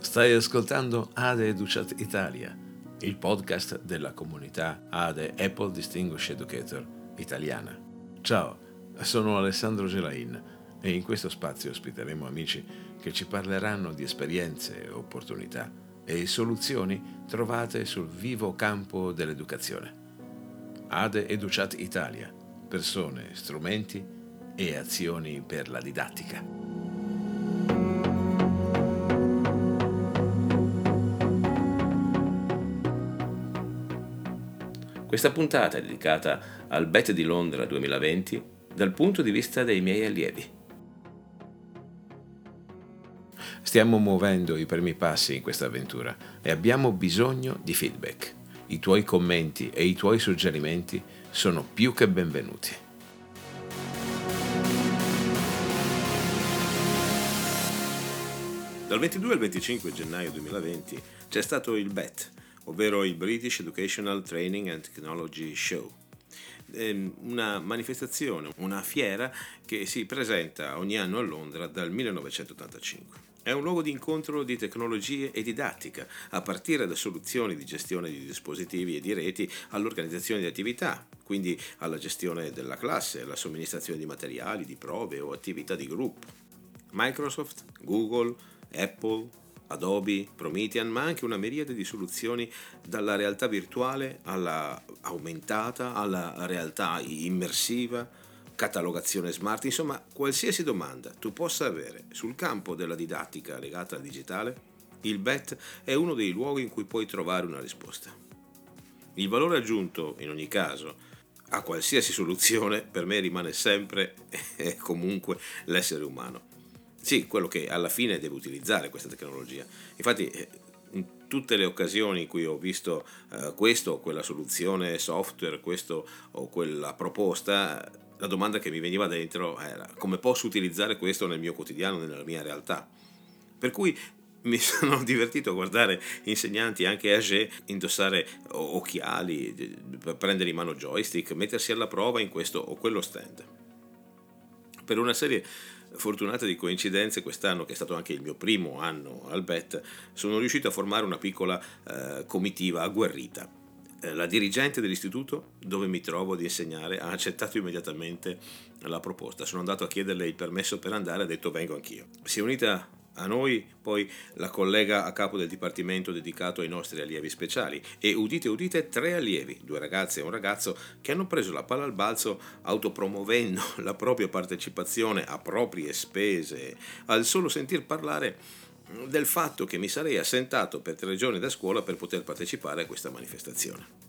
Stai ascoltando ADE Educat Italia, il podcast della comunità ADE Apple Distinguished Educator italiana. Ciao, sono Alessandro Gelain e in questo spazio ospiteremo amici che ci parleranno di esperienze, opportunità e soluzioni trovate sul vivo campo dell'educazione. ADE Educat Italia, persone, strumenti e azioni per la didattica. Questa puntata è dedicata al BET di Londra 2020 dal punto di vista dei miei allievi. Stiamo muovendo i primi passi in questa avventura e abbiamo bisogno di feedback. I tuoi commenti e i tuoi suggerimenti sono più che benvenuti. Dal 22 al 25 gennaio 2020 c'è stato il BET, ovvero il British Educational Training and Technology Show. Una manifestazione, una fiera che si presenta ogni anno a Londra dal 1985. È un luogo di incontro di tecnologie e didattica, a partire da soluzioni di gestione di dispositivi e di reti all'organizzazione di attività, quindi alla gestione della classe, alla somministrazione di materiali, di prove o attività di gruppo. Microsoft, Google, Apple, Adobe, Promethean, ma anche una miriade di soluzioni dalla realtà virtuale alla aumentata, alla realtà immersiva, catalogazione smart, insomma qualsiasi domanda tu possa avere sul campo della didattica legata al digitale, il BET è uno dei luoghi in cui puoi trovare una risposta. Il valore aggiunto, in ogni caso, a qualsiasi soluzione per me rimane sempre e comunque l'essere umano. Sì, quello che alla fine deve utilizzare questa tecnologia. Infatti, in tutte le occasioni in cui ho visto questo o quella soluzione software, questo o quella proposta, la domanda che mi veniva dentro era: come posso utilizzare questo nel mio quotidiano, nella mia realtà? Per cui mi sono divertito a guardare insegnanti anche âgé indossare occhiali, prendere in mano joystick, mettersi alla prova in questo o quello stand. Per una serie fortunata di coincidenze, quest'anno, che è stato anche il mio primo anno al BET, sono riuscito a formare una piccola comitiva agguerrita. La dirigente dell'istituto dove mi trovo ad insegnare ha accettato immediatamente la proposta. Sono andato a chiederle il permesso per andare, ha detto vengo anch'io. Si è unita a noi poi la collega a capo del dipartimento dedicato ai nostri allievi speciali e udite udite 3 allievi, 2 ragazze e un ragazzo, che hanno preso la palla al balzo autopromuovendo la propria partecipazione a proprie spese al solo sentir parlare del fatto che mi sarei assentato per 3 giorni da scuola per poter partecipare a questa manifestazione.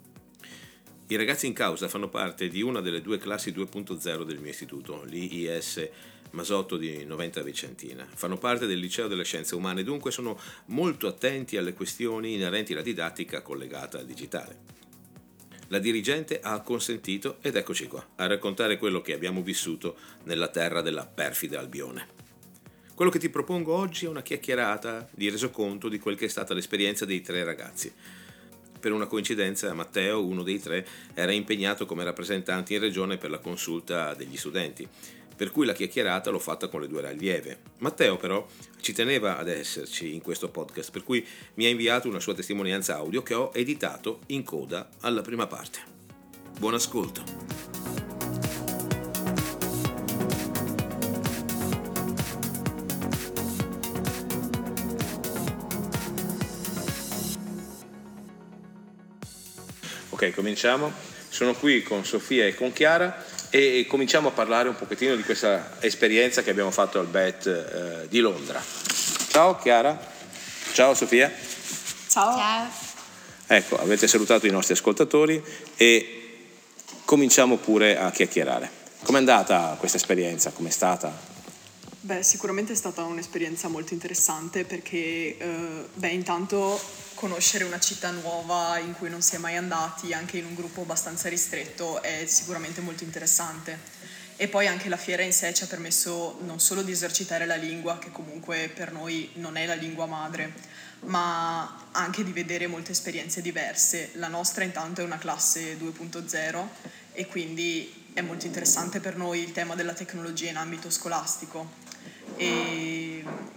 I ragazzi in causa fanno parte di una delle 2 classi 2.0 del mio istituto, l'IIS Masotto di Noventa Vicentina. Fanno parte del liceo delle scienze umane, dunque sono molto attenti alle questioni inerenti alla didattica collegata al digitale. La dirigente ha acconsentito ed eccoci qua, a raccontare quello che abbiamo vissuto nella terra della perfida Albione. Quello che ti propongo oggi è una chiacchierata di resoconto di quel che è stata l'esperienza dei 3 ragazzi. Per una coincidenza, Matteo, uno dei 3, era impegnato come rappresentante in regione per la consulta degli studenti, per cui la chiacchierata l'ho fatta con le 2 allieve. Matteo però ci teneva ad esserci in questo podcast, per cui mi ha inviato una sua testimonianza audio che ho editato in coda alla prima parte. Buon ascolto! Ok, cominciamo. Sono qui con Sofia e con Chiara e cominciamo a parlare un pochettino di questa esperienza che abbiamo fatto al BET di Londra. Ciao Chiara. Ciao Sofia. Ciao. Ciao. Ecco, avete salutato i nostri ascoltatori e cominciamo pure a chiacchierare. Com'è andata questa esperienza? Com'è stata? Beh, sicuramente è stata un'esperienza molto interessante perché, intanto conoscere una città nuova in cui non si è mai andati, anche in un gruppo abbastanza ristretto, è sicuramente molto interessante. E poi anche la fiera in sé ci ha permesso non solo di esercitare la lingua, che comunque per noi non è la lingua madre, ma anche di vedere molte esperienze diverse. La nostra intanto è una classe 2.0 e quindi è molto interessante per noi il tema della tecnologia in ambito scolastico. E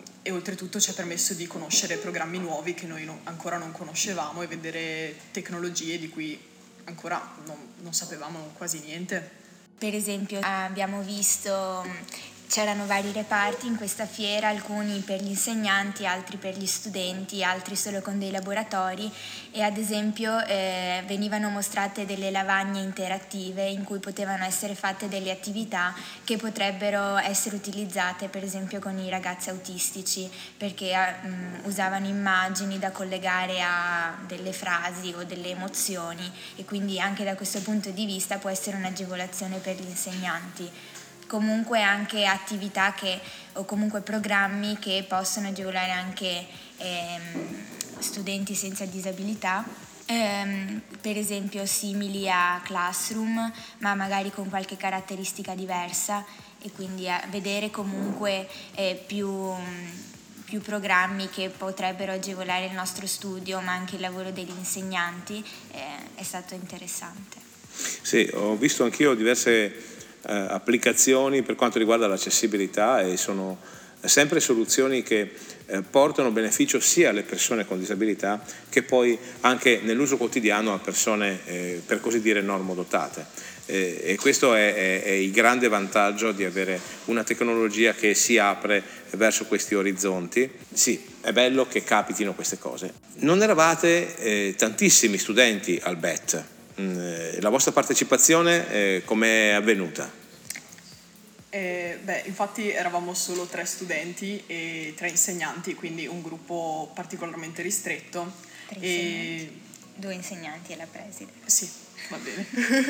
oltretutto ci ha permesso di conoscere programmi nuovi che noi ancora non conoscevamo e vedere tecnologie di cui ancora non sapevamo quasi niente. Per esempio abbiamo visto, c'erano vari reparti in questa fiera, alcuni per gli insegnanti, altri per gli studenti, altri solo con dei laboratori, e ad esempio venivano mostrate delle lavagne interattive in cui potevano essere fatte delle attività che potrebbero essere utilizzate per esempio con i ragazzi autistici, perché usavano immagini da collegare a delle frasi o delle emozioni, e quindi anche da questo punto di vista può essere un'agevolazione per gli insegnanti. Comunque anche attività o comunque programmi che possono agevolare anche studenti senza disabilità, per esempio simili a Classroom, ma magari con qualche caratteristica diversa, e quindi vedere comunque più programmi che potrebbero agevolare il nostro studio, ma anche il lavoro degli insegnanti, è stato interessante. Sì, ho visto anch'io diverse applicazioni per quanto riguarda l'accessibilità, e sono sempre soluzioni che portano beneficio sia alle persone con disabilità che poi anche nell'uso quotidiano a persone per così dire normodotate, e questo è il grande vantaggio di avere una tecnologia che si apre verso questi orizzonti. Sì, è bello che capitino queste cose. Non eravate tantissimi studenti al BET. La vostra partecipazione com'è avvenuta? Infatti eravamo solo 3 studenti e 3 insegnanti, quindi un gruppo particolarmente ristretto. 2 insegnanti e la preside. Sì, va bene.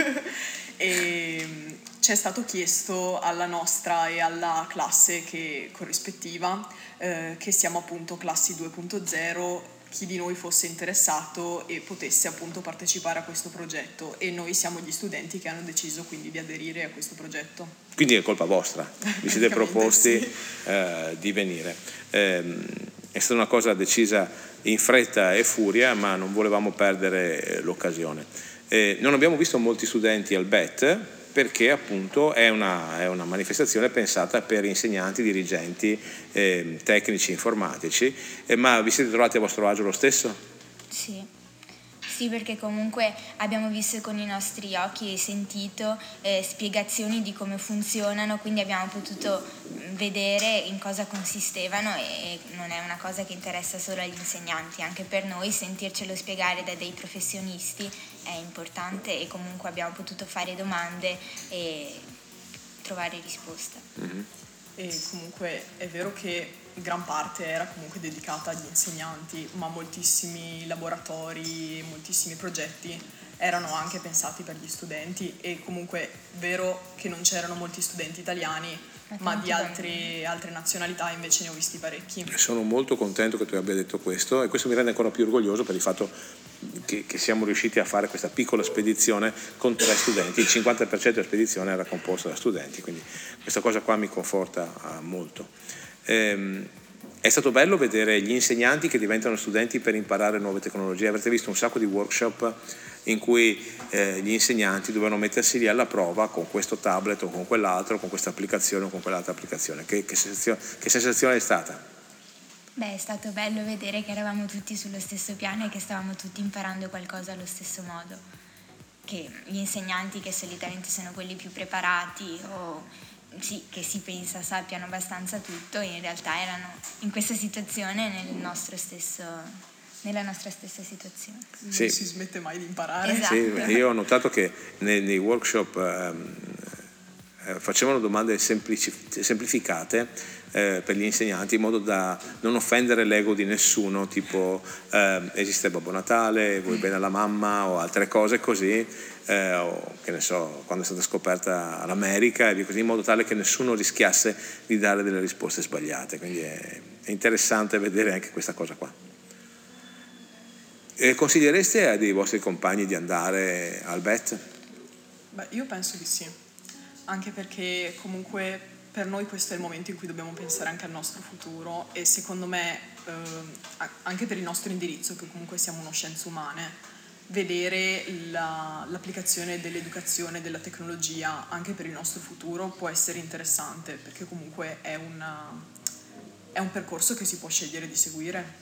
E ci è stato chiesto alla nostra e alla classe che corrispettiva, che siamo appunto classi 2.0, chi di noi fosse interessato e potesse appunto partecipare a questo progetto, e noi siamo gli studenti che hanno deciso quindi di aderire a questo progetto. Quindi è colpa vostra, vi siete proposti sì. Di venire. È stata una cosa decisa in fretta e furia, ma non volevamo perdere l'occasione. Non abbiamo visto molti studenti al BET perché appunto è una manifestazione pensata per insegnanti, dirigenti, tecnici, informatici, ma vi siete trovati a vostro agio lo stesso? Sì, perché comunque abbiamo visto con i nostri occhi e sentito spiegazioni di come funzionano, quindi abbiamo potuto vedere in cosa consistevano, e non è una cosa che interessa solo agli insegnanti, anche per noi sentircelo spiegare da dei professionisti è importante, e comunque abbiamo potuto fare domande e trovare risposta. Mm-hmm. E comunque è vero che gran parte era comunque dedicata agli insegnanti, ma moltissimi laboratori, moltissimi progetti erano anche pensati per gli studenti, e comunque è vero che non c'erano molti studenti italiani, ma di altre nazionalità invece ne ho visti parecchi. Sono molto contento che tu abbia detto questo, e questo mi rende ancora più orgoglioso per il fatto che siamo riusciti a fare questa piccola spedizione con 3 studenti. Il 50% della spedizione era composto da studenti, quindi questa cosa qua mi conforta molto. È stato bello vedere gli insegnanti che diventano studenti per imparare nuove tecnologie. Avrete visto un sacco di workshop in cui gli insegnanti dovevano mettersi lì alla prova con questo tablet o con quell'altro, con questa applicazione o con quell'altra applicazione. Che sensazione è stata? È stato bello vedere che eravamo tutti sullo stesso piano e che stavamo tutti imparando qualcosa allo stesso modo, che gli insegnanti, che solitamente sono quelli più preparati o sì, che si pensa sappiano abbastanza tutto, in realtà erano in questa situazione nella nostra stessa situazione. Sì. Non si smette mai di imparare. Esatto. Sì, io ho notato che nei workshop facevano domande semplificate per gli insegnanti, in modo da non offendere l'ego di nessuno, tipo esiste Babbo Natale, vuoi bene alla mamma o altre cose così, o che ne so, quando è stata scoperta l'America e via così, in modo tale che nessuno rischiasse di dare delle risposte sbagliate. Quindi è interessante vedere anche questa cosa qua. Consigliereste a dei vostri compagni di andare al BET? Io penso di sì, anche perché comunque per noi questo è il momento in cui dobbiamo pensare anche al nostro futuro, e secondo me anche per il nostro indirizzo, che comunque siamo uno scienze umane, vedere l'applicazione dell'educazione, della tecnologia anche per il nostro futuro può essere interessante, perché comunque è un percorso che si può scegliere di seguire.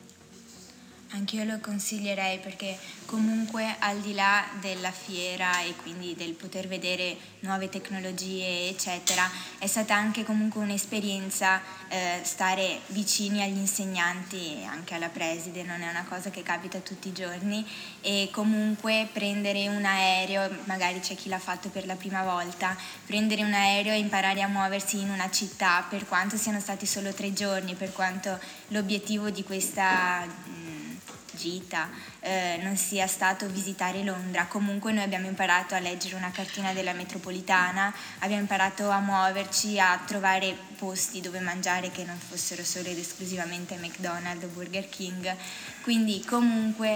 Anch'io lo consiglierei perché comunque al di là della fiera e quindi del poter vedere nuove tecnologie eccetera, è stata anche comunque un'esperienza stare vicini agli insegnanti e anche alla preside, non è una cosa che capita tutti i giorni, e comunque prendere un aereo, magari c'è chi l'ha fatto per la prima volta, prendere un aereo e imparare a muoversi in una città, per quanto siano stati solo 3 giorni, per quanto l'obiettivo di questa gita non sia stato visitare Londra, comunque noi abbiamo imparato a leggere una cartina della metropolitana, abbiamo imparato a muoverci, a trovare posti dove mangiare che non fossero solo ed esclusivamente McDonald's o Burger King, quindi comunque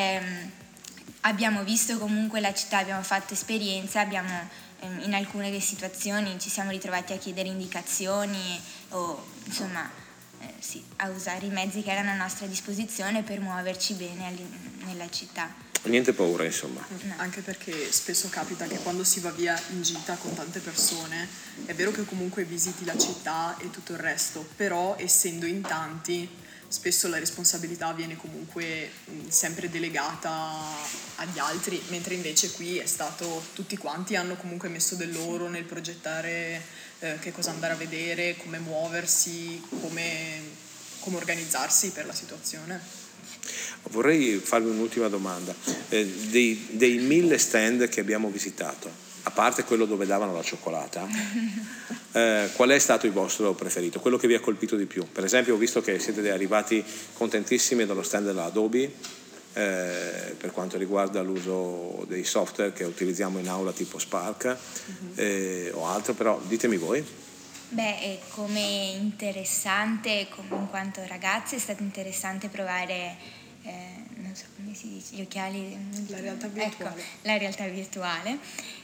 abbiamo visto comunque la città, abbiamo fatto esperienza, abbiamo in alcune situazioni ci siamo ritrovati a chiedere indicazioni o insomma sì, a usare i mezzi che erano a nostra disposizione per muoverci bene nella città. Niente paura, insomma. No. Anche perché spesso capita che quando si va via in gita con tante persone, è vero che comunque visiti la città e tutto il resto, però essendo in tanti, spesso la responsabilità viene comunque sempre delegata agli altri, mentre invece qui è stato, tutti quanti hanno comunque messo del loro nel progettare che cosa andare a vedere, come muoversi, come organizzarsi per la situazione. Vorrei farvi un'ultima domanda. Dei 1000 stand che abbiamo visitato, a parte quello dove davano la cioccolata, qual è stato il vostro preferito? Quello che vi ha colpito di più? Per esempio ho visto che siete arrivati contentissimi dallo stand della Adobe per quanto riguarda l'uso dei software che utilizziamo in aula tipo Spark o altro, però ditemi voi. Beh, come interessante, come in quanto ragazzi è stato interessante provare, non so come si dice, gli occhiali... La realtà virtuale. Ecco, la realtà virtuale.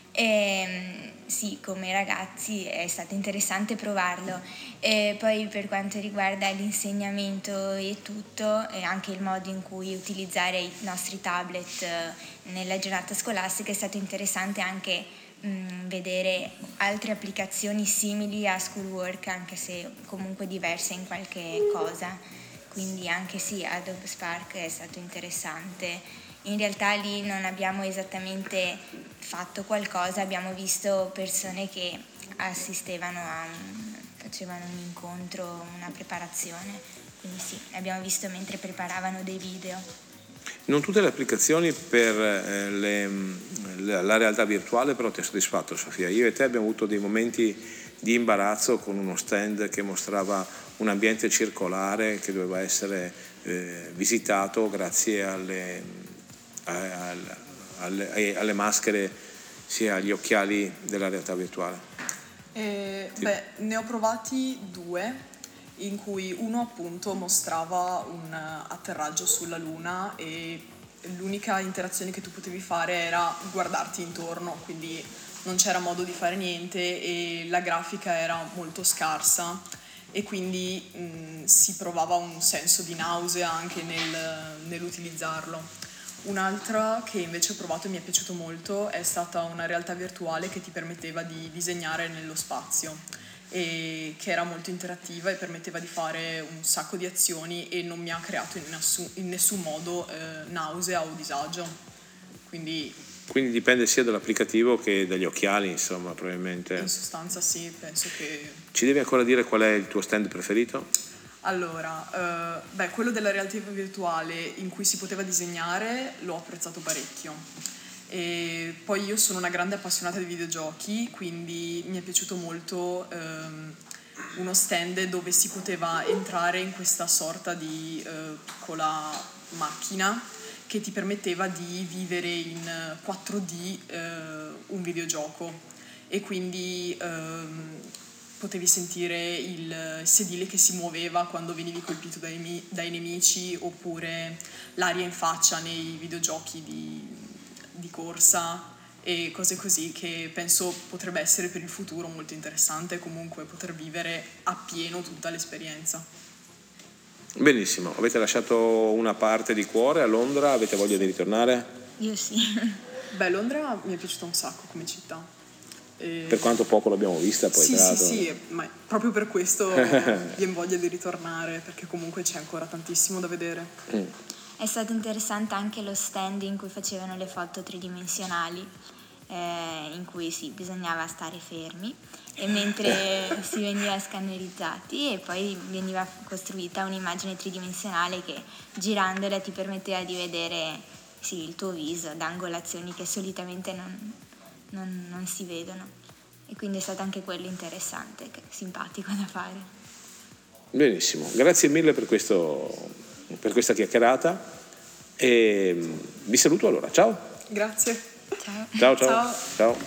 Sì, come ragazzi è stato interessante provarlo. Poi per quanto riguarda l'insegnamento e tutto, e anche il modo in cui utilizzare i nostri tablet nella giornata scolastica, è stato interessante anche vedere altre applicazioni simili a Schoolwork, anche se comunque diverse in qualche cosa, quindi anche sì, Adobe Spark è stato interessante. In realtà lì non abbiamo esattamente fatto qualcosa, abbiamo visto persone che assistevano facevano un incontro, una preparazione, quindi sì, abbiamo visto mentre preparavano dei video. Non tutte le applicazioni per la realtà virtuale però ti ha soddisfatto, Sofia. Io e te abbiamo avuto dei momenti di imbarazzo con uno stand che mostrava un ambiente circolare che doveva essere visitato grazie alle maschere, sia agli occhiali della realtà virtuale. Ne ho provati 2, in cui uno appunto mostrava un atterraggio sulla Luna e l'unica interazione che tu potevi fare era guardarti intorno, quindi non c'era modo di fare niente e la grafica era molto scarsa e quindi si provava un senso di nausea anche nell'utilizzarlo. Un'altra che invece ho provato e mi è piaciuto molto è stata una realtà virtuale che ti permetteva di disegnare nello spazio e che era molto interattiva e permetteva di fare un sacco di azioni e non mi ha creato in nessun modo nausea o disagio. Quindi dipende sia dall'applicativo che dagli occhiali, insomma, probabilmente. In sostanza sì, penso che... Ci devi ancora dire qual è il tuo stand preferito? Allora, quello della realtà virtuale in cui si poteva disegnare l'ho apprezzato parecchio. E poi io sono una grande appassionata di videogiochi, quindi mi è piaciuto molto uno stand dove si poteva entrare in questa sorta di piccola macchina che ti permetteva di vivere in 4D un videogioco e quindi potevi sentire il sedile che si muoveva quando venivi colpito dai nemici oppure l'aria in faccia nei videogiochi di corsa e cose così, che penso potrebbe essere per il futuro molto interessante comunque poter vivere appieno tutta l'esperienza. Benissimo, avete lasciato una parte di cuore a Londra, avete voglia di ritornare? Io sì. Londra mi è piaciuta un sacco come città. Per quanto poco l'abbiamo vista poi. Sì, ma proprio per questo viene voglia di ritornare, perché comunque c'è ancora tantissimo da vedere. È stato interessante anche lo stand in cui facevano le foto tridimensionali, in cui sì, bisognava stare fermi e mentre si veniva scannerizzati e poi veniva costruita un'immagine tridimensionale che girandola ti permetteva di vedere sì, il tuo viso da angolazioni che solitamente non si vedono, e quindi è stato anche quello interessante, simpatico da fare. Benissimo, grazie mille per questa chiacchierata e vi saluto allora, ciao. Grazie. Ciao.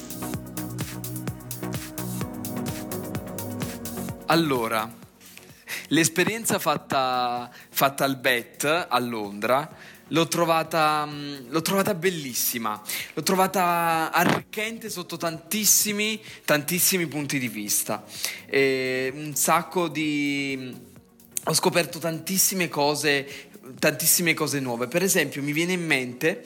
Allora, l'esperienza fatta al BET a Londra l'ho trovata bellissima, l'ho trovata arricchente sotto tantissimi punti di vista. Ho scoperto tantissime cose nuove. Per esempio, mi viene in mente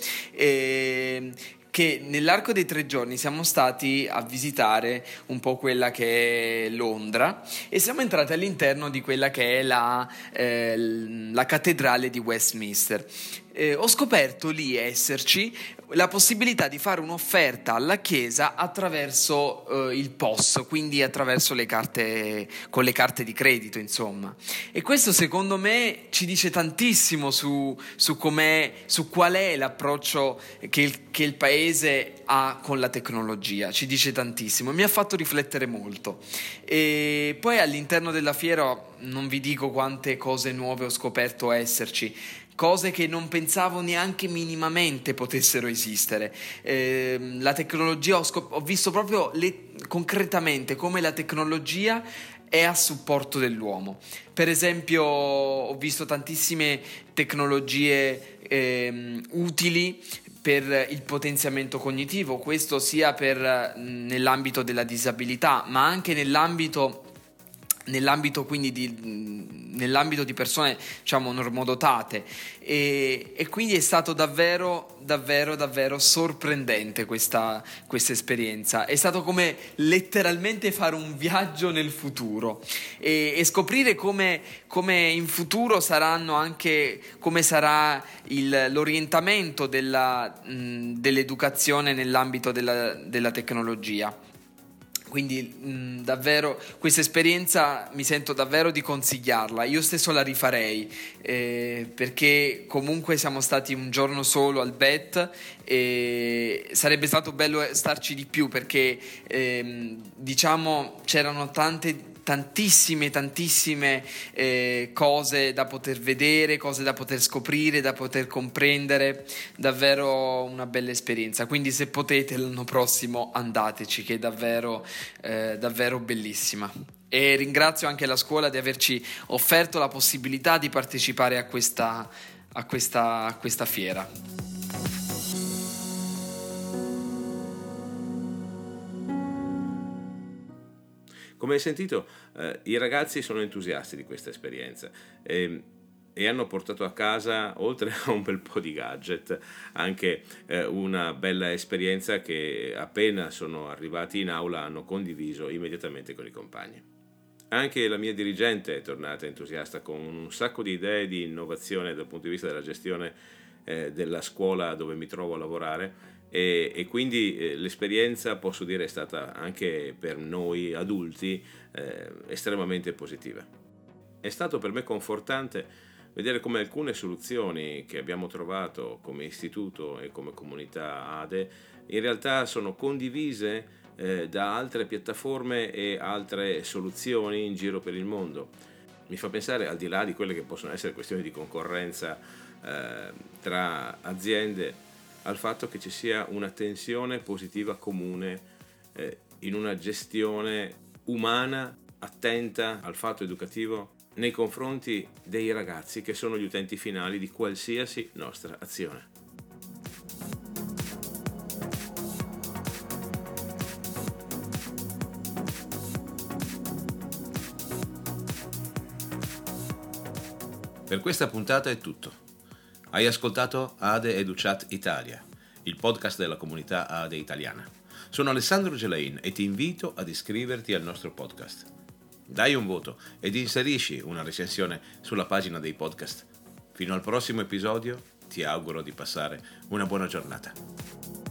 che nell'arco dei 3 giorni siamo stati a visitare un po' quella che è Londra e siamo entrati all'interno di quella che è la cattedrale di Westminster. Ho scoperto lì esserci la possibilità di fare un'offerta alla chiesa attraverso il POS, quindi attraverso con le carte di credito, insomma. E questo secondo me ci dice tantissimo su qual è l'approccio che il paese ha con la tecnologia, ci dice tantissimo, mi ha fatto riflettere molto. E poi all'interno della fiera non vi dico quante cose nuove ho scoperto esserci, cose che non pensavo neanche minimamente potessero esistere. La tecnologia, ho visto proprio concretamente come la tecnologia è a supporto dell'uomo. Per esempio, ho visto tantissime tecnologie utili per il potenziamento cognitivo, questo sia nell'ambito della disabilità, ma anche nell'ambito nell'ambito di persone, diciamo, normodotate, e quindi è stato davvero sorprendente questa esperienza. È stato come letteralmente fare un viaggio nel futuro e scoprire come in futuro saranno anche come sarà l'orientamento dell'educazione nell'ambito della tecnologia. Quindi davvero questa esperienza mi sento davvero di consigliarla, io stesso la rifarei, perché comunque siamo stati un giorno solo al BET e sarebbe stato bello starci di più, perché diciamo c'erano tantissime cose da poter vedere, cose da poter scoprire, da poter comprendere, davvero una bella esperienza. Quindi se potete l'anno prossimo andateci, che è davvero bellissima. E ringrazio anche la scuola di averci offerto la possibilità di partecipare a questa fiera. Come hai sentito, i ragazzi sono entusiasti di questa esperienza e hanno portato a casa, oltre a un bel po' di gadget, anche una bella esperienza che appena sono arrivati in aula hanno condiviso immediatamente con i compagni. Anche la mia dirigente è tornata entusiasta con un sacco di idee di innovazione dal punto di vista della gestione della scuola dove mi trovo a lavorare. E quindi l'esperienza, posso dire, è stata anche per noi adulti estremamente positiva. È stato per me confortante vedere come alcune soluzioni che abbiamo trovato come istituto e come comunità ADE in realtà sono condivise da altre piattaforme e altre soluzioni in giro per il mondo. Mi fa pensare, al di là di quelle che possono essere questioni di concorrenza tra aziende, al fatto che ci sia una tensione positiva comune in una gestione umana attenta al fatto educativo nei confronti dei ragazzi che sono gli utenti finali di qualsiasi nostra azione. Per questa puntata è tutto. Hai ascoltato ADE EduChat Italia, il podcast della comunità ADE italiana. Sono Alessandro Gelain e ti invito ad iscriverti al nostro podcast. Dai un voto ed inserisci una recensione sulla pagina dei podcast. Fino al prossimo episodio, ti auguro di passare una buona giornata.